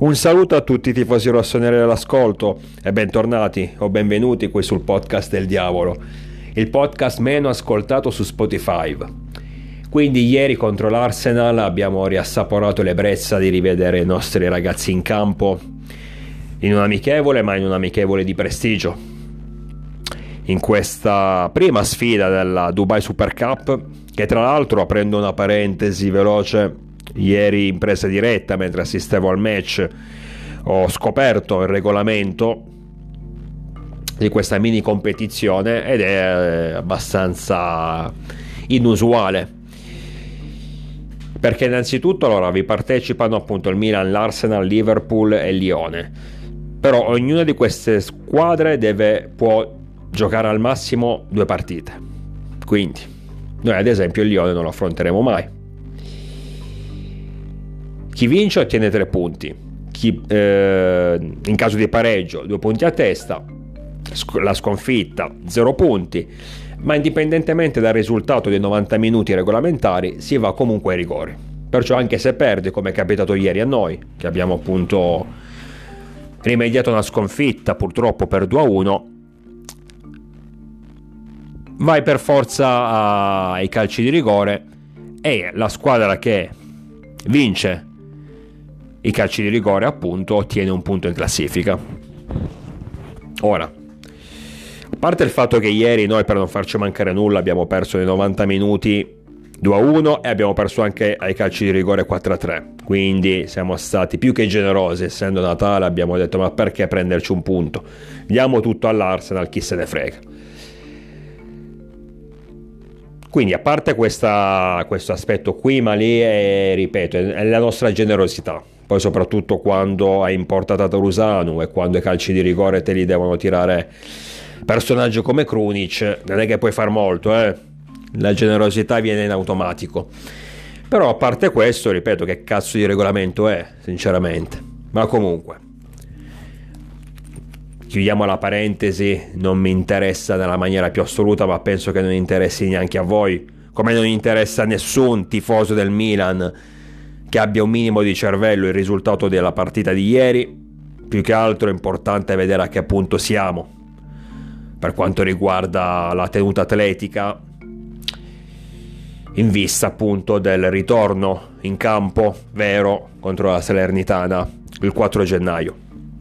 Un saluto a tutti i tifosi rossoneri all'ascolto e bentornati o benvenuti qui sul podcast del diavolo, il podcast meno ascoltato su Spotify. Quindi ieri contro l'Arsenal abbiamo riassaporato l'ebbrezza di rivedere i nostri ragazzi in campo in un amichevole, ma in un amichevole di prestigio. In questa prima sfida della Dubai Super Cup, che tra l'altro, aprendo una parentesi veloce, ieri in presa diretta mentre assistevo al match ho scoperto il regolamento di questa mini competizione ed è abbastanza inusuale, perché innanzitutto allora vi partecipano appunto il Milan, l'Arsenal, Liverpool e il Lione, però ognuna di queste squadre può giocare al massimo 2 partite, quindi noi ad esempio il Lione non lo affronteremo mai. Chi vince ottiene 3 punti, in caso di pareggio 2 punti a testa, la sconfitta 0 punti, ma indipendentemente dal risultato dei 90 minuti regolamentari si va comunque ai rigori. Perciò anche se perdi, come è capitato ieri a noi, che abbiamo appunto rimediato una sconfitta purtroppo per 2-1, vai per forza ai calci di rigore e la squadra che vince i calci di rigore appunto ottiene un punto in classifica. Ora, a parte il fatto che ieri noi, per non farci mancare nulla, abbiamo perso nei 90 minuti 2-1 e abbiamo perso anche ai calci di rigore 4-3, quindi siamo stati più che generosi. Essendo Natale abbiamo detto: ma perché prenderci un punto, diamo tutto all'Arsenal, chi se ne frega. Quindi a parte questo aspetto qui, ma lì ripeto, è la nostra generosità. Poi soprattutto quando hai in porta Tatarusanu e quando i calci di rigore te li devono tirare personaggi come Krunic, non è che puoi far molto, la generosità viene in automatico. Però a parte questo, ripeto, che cazzo di regolamento è, sinceramente. Ma comunque, chiudiamo la parentesi, non mi interessa nella maniera più assoluta, ma penso che non interessi neanche a voi, come non interessa a nessun tifoso del Milan che abbia un minimo di cervello il risultato della partita di ieri. Più che altro è importante vedere a che punto siamo per quanto riguarda la tenuta atletica, in vista appunto del ritorno in campo vero contro la Salernitana il 4 gennaio.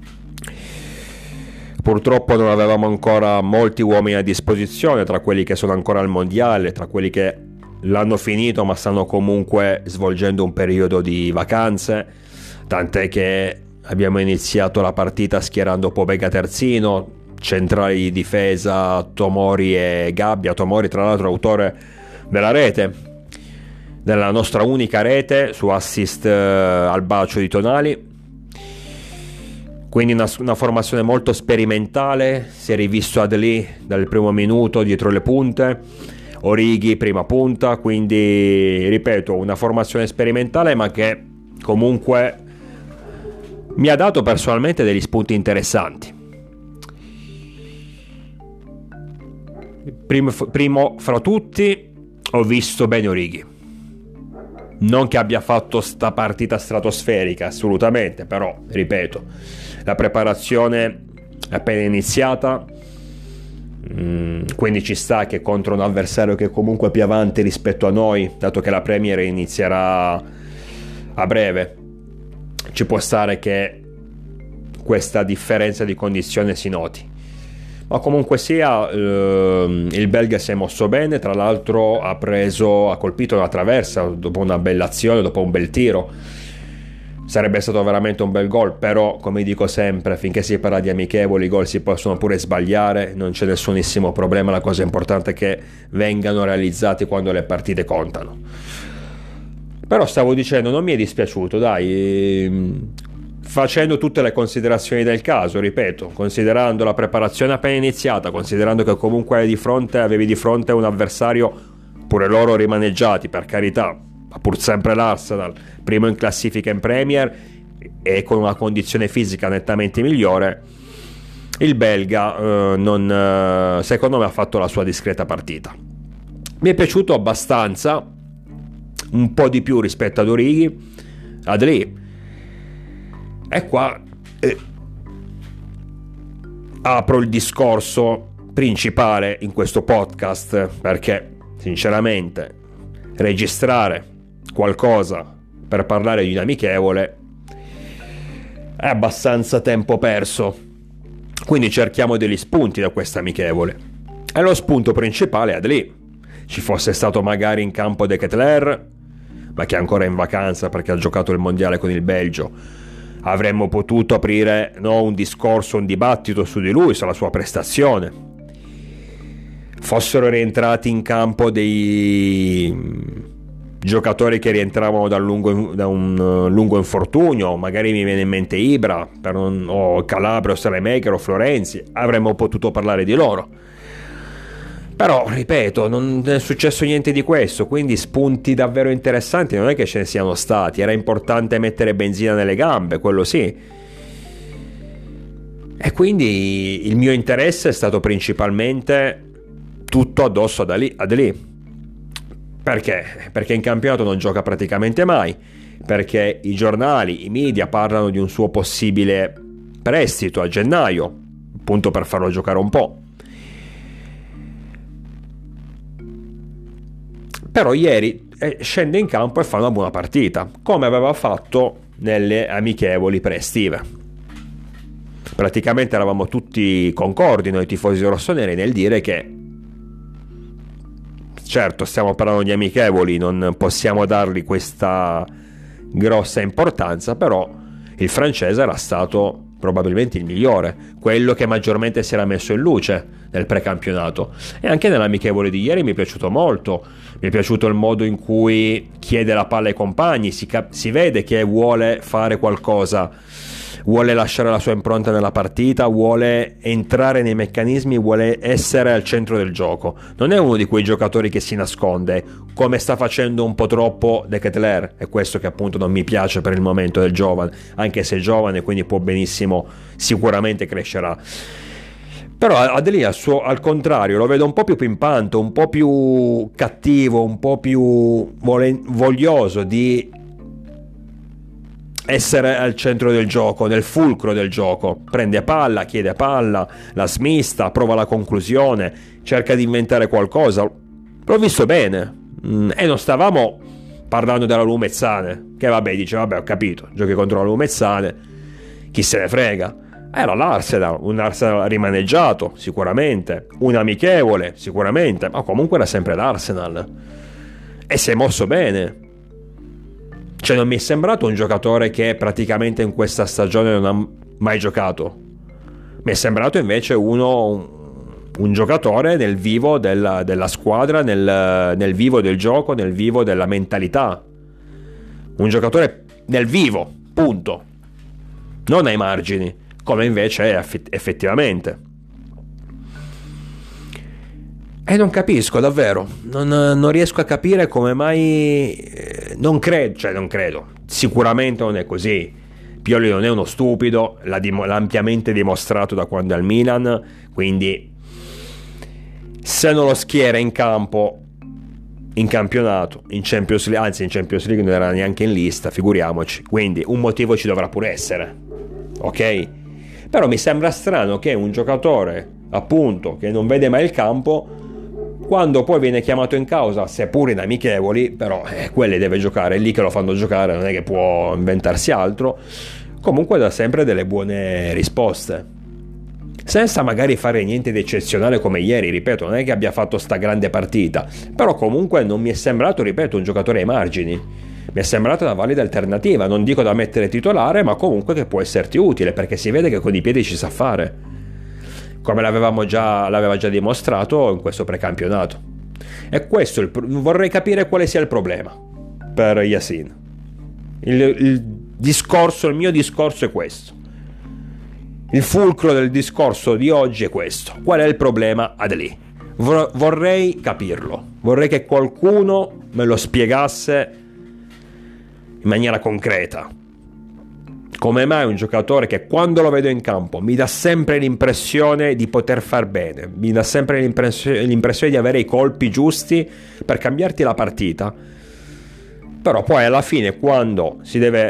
Purtroppo non avevamo ancora molti uomini a disposizione, tra quelli che sono ancora al mondiale, tra quelli che l'hanno finito ma stanno comunque svolgendo un periodo di vacanze, tant'è che abbiamo iniziato la partita schierando Pobega terzino, centrali di difesa Tomori e Gabbia. Tomori tra l'altro autore della rete, della nostra unica rete su assist al bacio di Tonali. Quindi una formazione molto sperimentale. Si è rivisto Adli dal primo minuto dietro le punte, Origi prima punta, quindi ripeto, una formazione sperimentale ma che comunque mi ha dato personalmente degli spunti interessanti. Primo fra tutti ho visto bene Origi, non che abbia fatto sta partita stratosferica assolutamente, però ripeto, la preparazione è appena iniziata, quindi ci sta che contro un avversario che è comunque più avanti rispetto a noi, dato che la Premier inizierà a breve, ci può stare che questa differenza di condizione si noti. Ma comunque sia, il belga si è mosso bene. Tra l'altro ha colpito una traversa dopo una bella azione, dopo un bel tiro. Sarebbe stato veramente un bel gol, però come dico sempre, finché si parla di amichevoli i gol si possono pure sbagliare, non c'è nessunissimo problema, la cosa importante è che vengano realizzati quando le partite contano. Però stavo dicendo, non mi è dispiaciuto, dai, facendo tutte le considerazioni del caso, ripeto, considerando la preparazione appena iniziata, considerando che comunque avevi di fronte un avversario, pure loro rimaneggiati, per carità, ma pur sempre l'Arsenal, primo in classifica in Premier e con una condizione fisica nettamente migliore, il belga secondo me ha fatto la sua discreta partita. Mi è piaciuto abbastanza, un po' di più rispetto ad Origi, Adli, E qua apro il discorso principale in questo podcast, perché sinceramente registrare qualcosa per parlare di un amichevole è abbastanza tempo perso, quindi cerchiamo degli spunti da questa amichevole. E lo spunto principale è Adli. Ci fosse stato magari in campo De Ketelaere, ma che è ancora in vacanza perché ha giocato il mondiale con il Belgio, avremmo potuto aprire un discorso, un dibattito su di lui, sulla sua prestazione. Fossero rientrati in campo dei giocatori che rientravano da un lungo infortunio, magari mi viene in mente Ibra, o Calabria o Salemaker o Florenzi, avremmo potuto parlare di loro. Però, ripeto, non è successo niente di questo, quindi spunti davvero interessanti non è che ce ne siano stati. Era importante mettere benzina nelle gambe, quello sì. E quindi il mio interesse è stato principalmente tutto addosso ad Ali. Perché? Perché in campionato non gioca praticamente mai, perché i giornali, i media parlano di un suo possibile prestito a gennaio, appunto per farlo giocare un po'. Però ieri scende in campo e fa una buona partita, come aveva fatto nelle amichevoli pre-estive. Praticamente eravamo tutti concordi, noi tifosi rossoneri, nel dire che certo stiamo parlando di amichevoli, non possiamo dargli questa grossa importanza, però il francese era stato probabilmente il migliore, quello che maggiormente si era messo in luce nel precampionato. E anche nell'amichevole di ieri mi è piaciuto molto, mi è piaciuto il modo in cui chiede la palla ai compagni, si vede che vuole fare qualcosa, vuole lasciare la sua impronta nella partita, vuole entrare nei meccanismi, vuole essere al centro del gioco. Non è uno di quei giocatori che si nasconde, come sta facendo un po' troppo De Ketelaere, è questo che appunto non mi piace per il momento del giovane, anche se è giovane, quindi può benissimo, sicuramente crescerà. Però Adli al contrario lo vedo un po' più pimpante, un po' più cattivo, un po' più voglioso di essere al centro del gioco, nel fulcro del gioco. Prende palla, chiede palla, la smista, prova la conclusione, cerca di inventare qualcosa. L'ho visto bene. E non stavamo parlando della Lumezzane, che vabbè, dice vabbè, ho capito, giochi contro la Lumezzane, chi se ne frega. Era l'Arsenal, un Arsenal rimaneggiato sicuramente, un amichevole sicuramente, ma comunque era sempre l'Arsenal e si è mosso bene. Cioè non mi è sembrato un giocatore che praticamente in questa stagione non ha mai giocato. Mi è sembrato invece un giocatore nel vivo della squadra, nel vivo del gioco, nel vivo della mentalità. Un giocatore nel vivo, punto. Non ai margini, come invece è effettivamente. E non capisco davvero, non riesco a capire come mai, non credo, sicuramente non è così. Pioli non è uno stupido, l'ha ampiamente dimostrato da quando è al Milan, quindi se non lo schiera in campo, in campionato, in Champions League, anzi in Champions League non era neanche in lista, figuriamoci, quindi un motivo ci dovrà pure essere, ok? Però mi sembra strano che un giocatore, appunto, che non vede mai il campo, quando poi viene chiamato in causa, seppur in amichevoli, però quelli deve giocare, è lì che lo fanno giocare, non è che può inventarsi altro, comunque dà sempre delle buone risposte, senza magari fare niente di eccezionale come ieri, ripeto, non è che abbia fatto sta grande partita, però comunque non mi è sembrato, ripeto, un giocatore ai margini, mi è sembrata una valida alternativa, non dico da mettere titolare, ma comunque che può esserti utile, perché si vede che con i piedi ci sa fare, come l'aveva già dimostrato in questo precampionato. E questo vorrei capire quale sia il problema per Yacine. Il mio discorso è questo. Il fulcro del discorso di oggi è questo. Qual è il problema ad lì? Vorrei capirlo. Vorrei che qualcuno me lo spiegasse in maniera concreta. Come mai un giocatore che quando lo vedo in campo mi dà sempre l'impressione di poter far bene, mi dà sempre l'impressione di avere i colpi giusti per cambiarti la partita, però poi alla fine quando si deve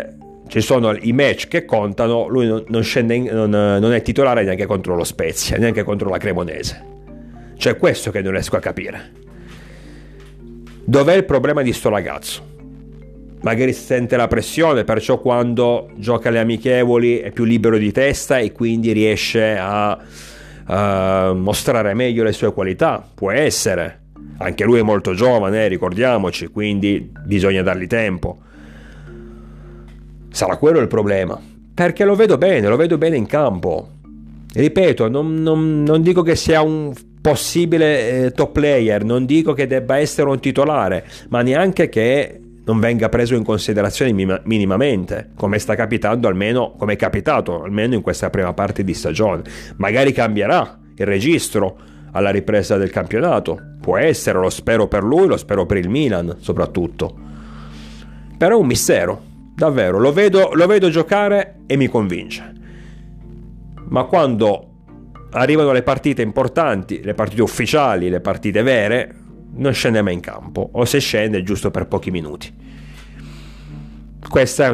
ci sono i match che contano, lui non scende non è titolare neanche contro lo Spezia, neanche contro la Cremonese. Cioè, questo che non riesco a capire. Dov'è il problema di sto ragazzo? Magari sente la pressione, perciò quando gioca le amichevoli è più libero di testa e quindi riesce a mostrare meglio le sue qualità. Può essere. Anche lui è molto giovane, ricordiamoci, quindi bisogna dargli tempo. Sarà quello il problema, perché lo vedo bene in campo. Ripeto, non dico che sia un possibile top player, non dico che debba essere un titolare, ma neanche che non venga preso in considerazione minimamente, come sta capitando come è capitato almeno in questa prima parte di stagione. Magari cambierà il registro alla ripresa del campionato, può essere, lo spero per lui, lo spero per il Milan soprattutto, però è un mistero, davvero, lo vedo giocare e mi convince, ma quando arrivano le partite importanti, le partite ufficiali, le partite vere, non scende mai in campo, o se scende è giusto per pochi minuti. Questo è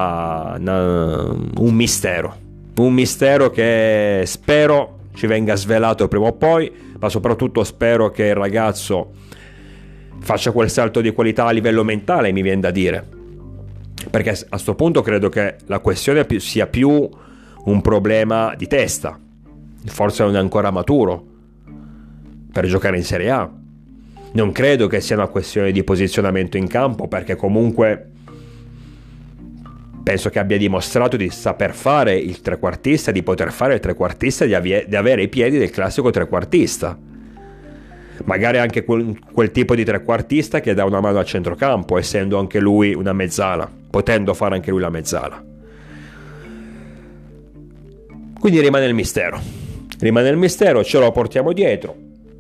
un mistero che spero ci venga svelato prima o poi, ma soprattutto spero che il ragazzo faccia quel salto di qualità a livello mentale, mi viene da dire, perché a sto punto credo che la questione sia più un problema di testa, forse non è ancora maturo per giocare in Serie A. Non credo che sia una questione di posizionamento in campo, perché comunque penso che abbia dimostrato di saper fare il trequartista, di poter fare il trequartista, di avere i piedi del classico trequartista. Magari anche quel tipo di trequartista che dà una mano al centrocampo, essendo anche lui una mezzala, potendo fare anche lui la mezzala. Quindi rimane il mistero, ce lo portiamo dietro.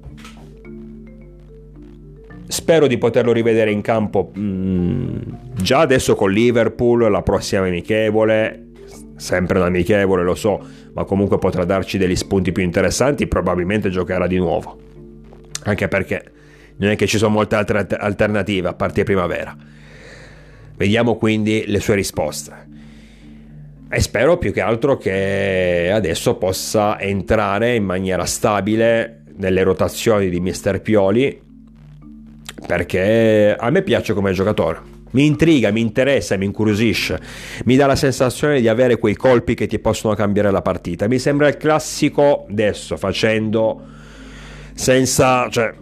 Spero di poterlo rivedere in campo già adesso con Liverpool, la prossima amichevole, sempre un amichevole lo so, ma comunque potrà darci degli spunti più interessanti, probabilmente giocherà di nuovo, anche perché non è che ci sono molte altre alternative a parte primavera. Vediamo quindi le sue risposte e spero più che altro che adesso possa entrare in maniera stabile nelle rotazioni di Mister Pioli, perché a me piace come giocatore, mi intriga, mi interessa, mi incuriosisce, mi dà la sensazione di avere quei colpi che ti possono cambiare la partita. Mi sembra il classico, adesso facendo senza, cioè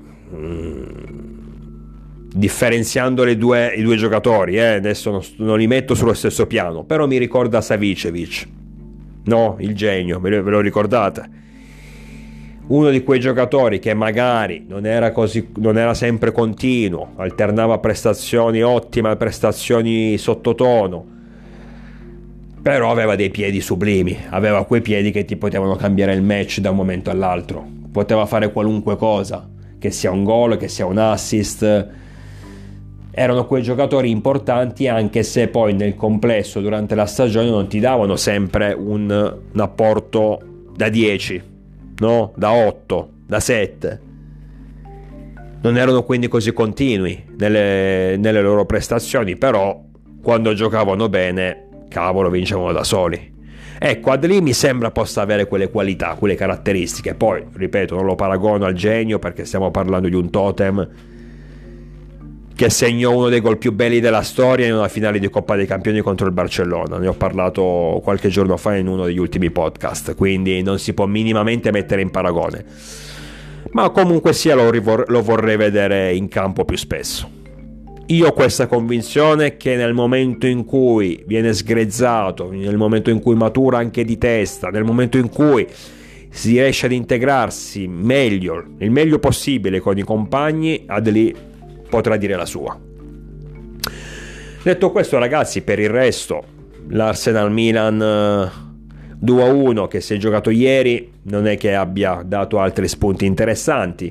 differenziando i due giocatori, adesso non li metto sullo stesso piano, però mi ricorda Savicevic, no? Il genio, ve lo ricordate? Uno di quei giocatori che magari non era sempre continuo, alternava prestazioni ottime a prestazioni sottotono, però aveva dei piedi sublimi, aveva quei piedi che ti potevano cambiare il match da un momento all'altro, poteva fare qualunque cosa, che sia un gol, che sia un assist. Erano quei giocatori importanti, anche se poi nel complesso durante la stagione non ti davano sempre un apporto da 10, no? Da 8, da 7. Non erano quindi così continui nelle loro prestazioni, però quando giocavano bene, cavolo, vincevano da soli. Ecco, Adli mi sembra possa avere quelle qualità, quelle caratteristiche. Poi, ripeto, non lo paragono al genio, perché stiamo parlando di un totem che segnò uno dei gol più belli della storia in una finale di Coppa dei Campioni contro il Barcellona. Ne ho parlato qualche giorno fa in uno degli ultimi podcast, quindi non si può minimamente mettere in paragone, ma comunque sia lo vorrei vedere in campo più spesso. Io ho questa convinzione che nel momento in cui viene sgrezzato, nel momento in cui matura anche di testa, nel momento in cui si riesce ad integrarsi meglio, il meglio possibile con i compagni, Adli potrà dire la sua. Detto questo, ragazzi, per il resto l'Arsenal Milan 2-1 che si è giocato ieri non è che abbia dato altri spunti interessanti.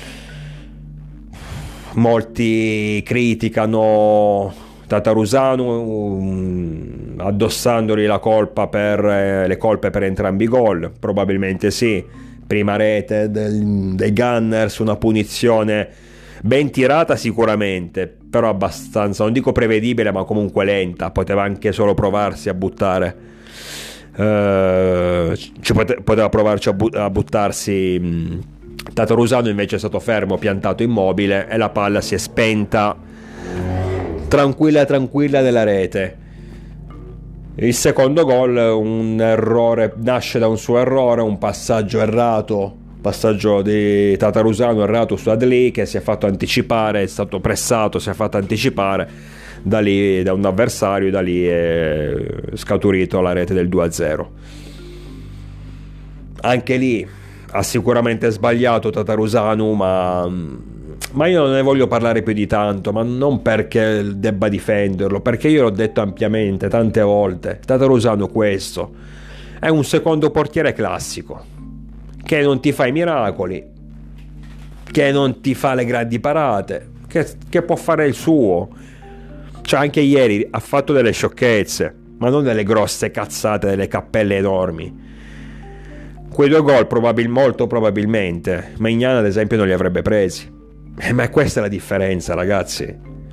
Molti criticano Tatarusanu addossandogli le colpe per entrambi i gol. Probabilmente sì, prima rete dei Gunners, una punizione ben tirata sicuramente, però abbastanza, non dico prevedibile, ma comunque lenta. Poteva anche solo provarsi a buttare, poteva provarci a buttarsi. Tatarusano invece è stato fermo, piantato, immobile, e la palla si è spenta tranquilla nella rete. Il secondo gol, un errore, nasce da un suo errore, un passaggio errato, passaggio di Tatarusano errato su Adli, che si è fatto anticipare, è stato pressato, si è fatto anticipare da lì, da un avversario, da lì è scaturito la rete del 2-0. Anche lì ha sicuramente sbagliato Tatarusanu, ma io non ne voglio parlare più di tanto, ma non perché debba difenderlo, perché io l'ho detto ampiamente tante volte. Tatarusanu questo è un secondo portiere classico, che non ti fa i miracoli, che non ti fa le grandi parate, che può fare il suo. Cioè anche ieri ha fatto delle sciocchezze, ma non delle grosse cazzate, delle cappelle enormi. Quei 2 gol molto probabilmente Maignan ad esempio non li avrebbe presi. Ma questa è la differenza, ragazzi.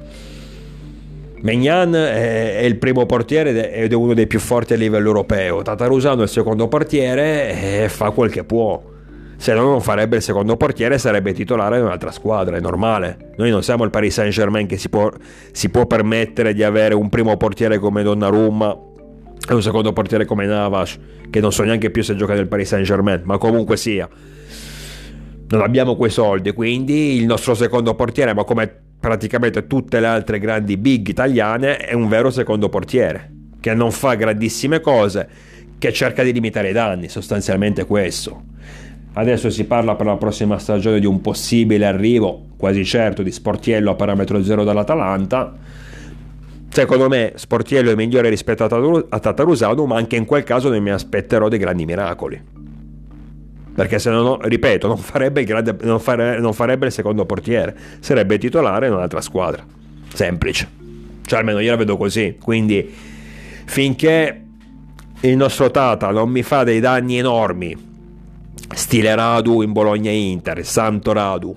Maignan è il primo portiere ed è uno dei più forti a livello europeo. Tatarusano è il secondo portiere e fa quel che può. Se no non farebbe il secondo portiere, sarebbe titolare in un'altra squadra, è normale. Noi non siamo il Paris Saint-Germain che si può permettere di avere un primo portiere come Donnarumma e un secondo portiere come Navas, che non so neanche più se gioca nel Paris Saint-Germain, ma comunque sia, non abbiamo quei soldi. Quindi il nostro secondo portiere, ma come praticamente tutte le altre grandi big italiane, è un vero secondo portiere che non fa grandissime cose, che cerca di limitare i danni, sostanzialmente questo. Adesso si parla per la prossima stagione di un possibile arrivo, quasi certo, di Sportiello a parametro zero dall'Atalanta. Secondo me Sportiello è migliore rispetto a Tatarusano, ma anche in quel caso non mi aspetterò dei grandi miracoli, perché se no, ripeto, non farebbe il secondo portiere, sarebbe titolare in un'altra squadra, semplice. Cioè almeno io la vedo così. Quindi finché il nostro Tata non mi fa dei danni enormi, stile Radu in Bologna Inter, Santo Radu,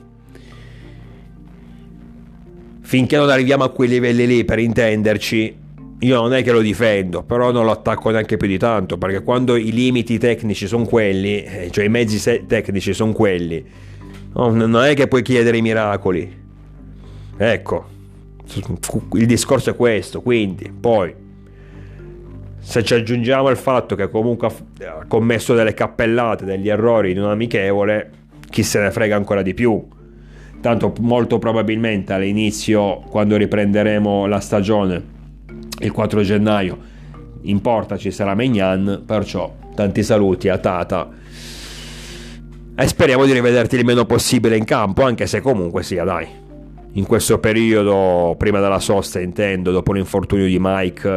finché non arriviamo a quei livelli lì, per intenderci, io non è che lo difendo, però non lo attacco neanche più di tanto, perché quando i limiti tecnici sono quelli, cioè i mezzi tecnici sono quelli, non è che puoi chiedere i miracoli. Ecco, il discorso è questo. Quindi poi, se ci aggiungiamo il fatto che comunque ha commesso delle cappellate, degli errori in un amichevole, chi se ne frega ancora di più. Tanto molto probabilmente all'inizio, quando riprenderemo la stagione il 4 gennaio, in porta ci sarà Maignan. Perciò tanti saluti a Tata e speriamo di rivederti il meno possibile in campo, anche se comunque sia, dai, in questo periodo, prima della sosta intendo, dopo l'infortunio di Mike,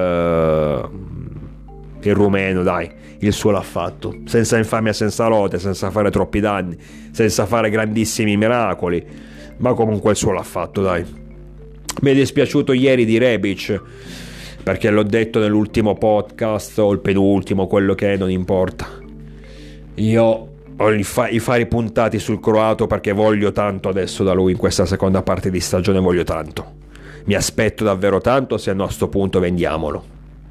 il rumeno, dai, il suo l'ha fatto, senza infamia, senza lode, senza fare troppi danni, senza fare grandissimi miracoli, ma comunque il suo l'ha fatto, dai. Mi è dispiaciuto ieri di Rebic, perché l'ho detto nell'ultimo podcast o il penultimo, quello che è, non importa. Io ho i fari puntati sul croato perché voglio tanto adesso da lui in questa seconda parte di stagione, voglio tanto. Mi aspetto davvero tanto, se no a sto punto vendiamolo.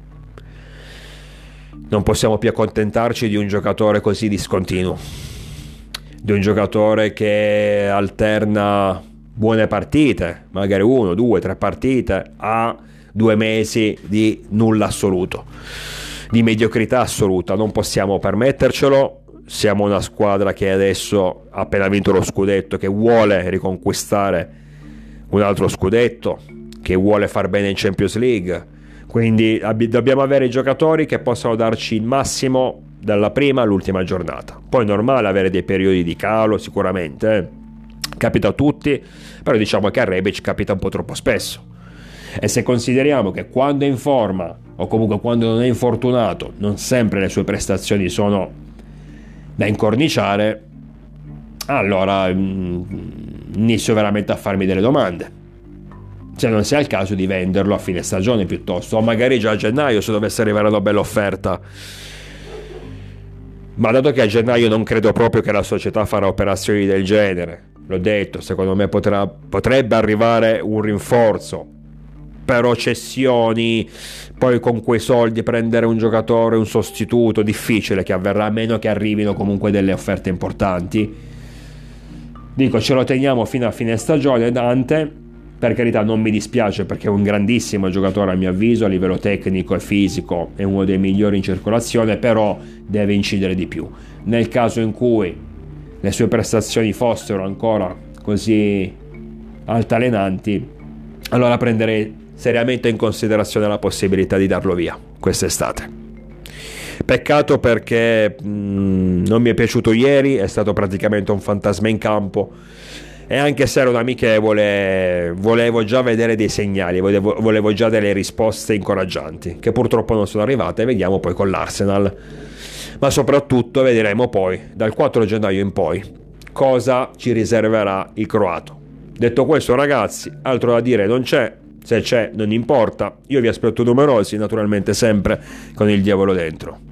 Non possiamo più accontentarci di un giocatore così discontinuo, di un giocatore che alterna buone partite, magari 1, 2, 3 partite, a 2 mesi di nulla assoluto, di mediocrità assoluta. Non possiamo permettercelo. Siamo una squadra che adesso ha appena vinto lo scudetto, che vuole riconquistare un altro scudetto, che vuole far bene in Champions League. Quindi dobbiamo avere i giocatori che possano darci il massimo dalla prima all'ultima giornata. Poi è normale avere dei periodi di calo, sicuramente, capita a tutti, però diciamo che a Rebic capita un po' troppo spesso. E se consideriamo che quando è in forma, o comunque quando non è infortunato, non sempre le sue prestazioni sono da incorniciare, allora inizio veramente a farmi delle domande, se non sia il caso di venderlo a fine stagione piuttosto, o magari già a gennaio, se dovesse arrivare una bella offerta. Ma dato che a gennaio non credo proprio che la società farà operazioni del genere, l'ho detto, secondo me potrebbe arrivare un rinforzo però cessioni, poi con quei soldi prendere un giocatore, un sostituto, difficile che avverrà, a meno che arrivino comunque delle offerte importanti. Dico, ce lo teniamo fino a fine stagione Dante, per carità non mi dispiace perché è un grandissimo giocatore a mio avviso, a livello tecnico e fisico è uno dei migliori in circolazione, però deve incidere di più. Nel caso in cui le sue prestazioni fossero ancora così altalenanti, allora prenderei seriamente in considerazione la possibilità di darlo via quest'estate. Peccato perché non mi è piaciuto ieri, è stato praticamente un fantasma in campo, e anche se era un amichevole volevo già vedere dei segnali, volevo già delle risposte incoraggianti che purtroppo non sono arrivate. Vediamo poi con l'Arsenal, ma soprattutto vedremo poi dal 4 gennaio in poi cosa ci riserverà il croato. Detto questo ragazzi, altro da dire non c'è, se c'è non importa, io vi aspetto numerosi, naturalmente sempre con il diavolo dentro.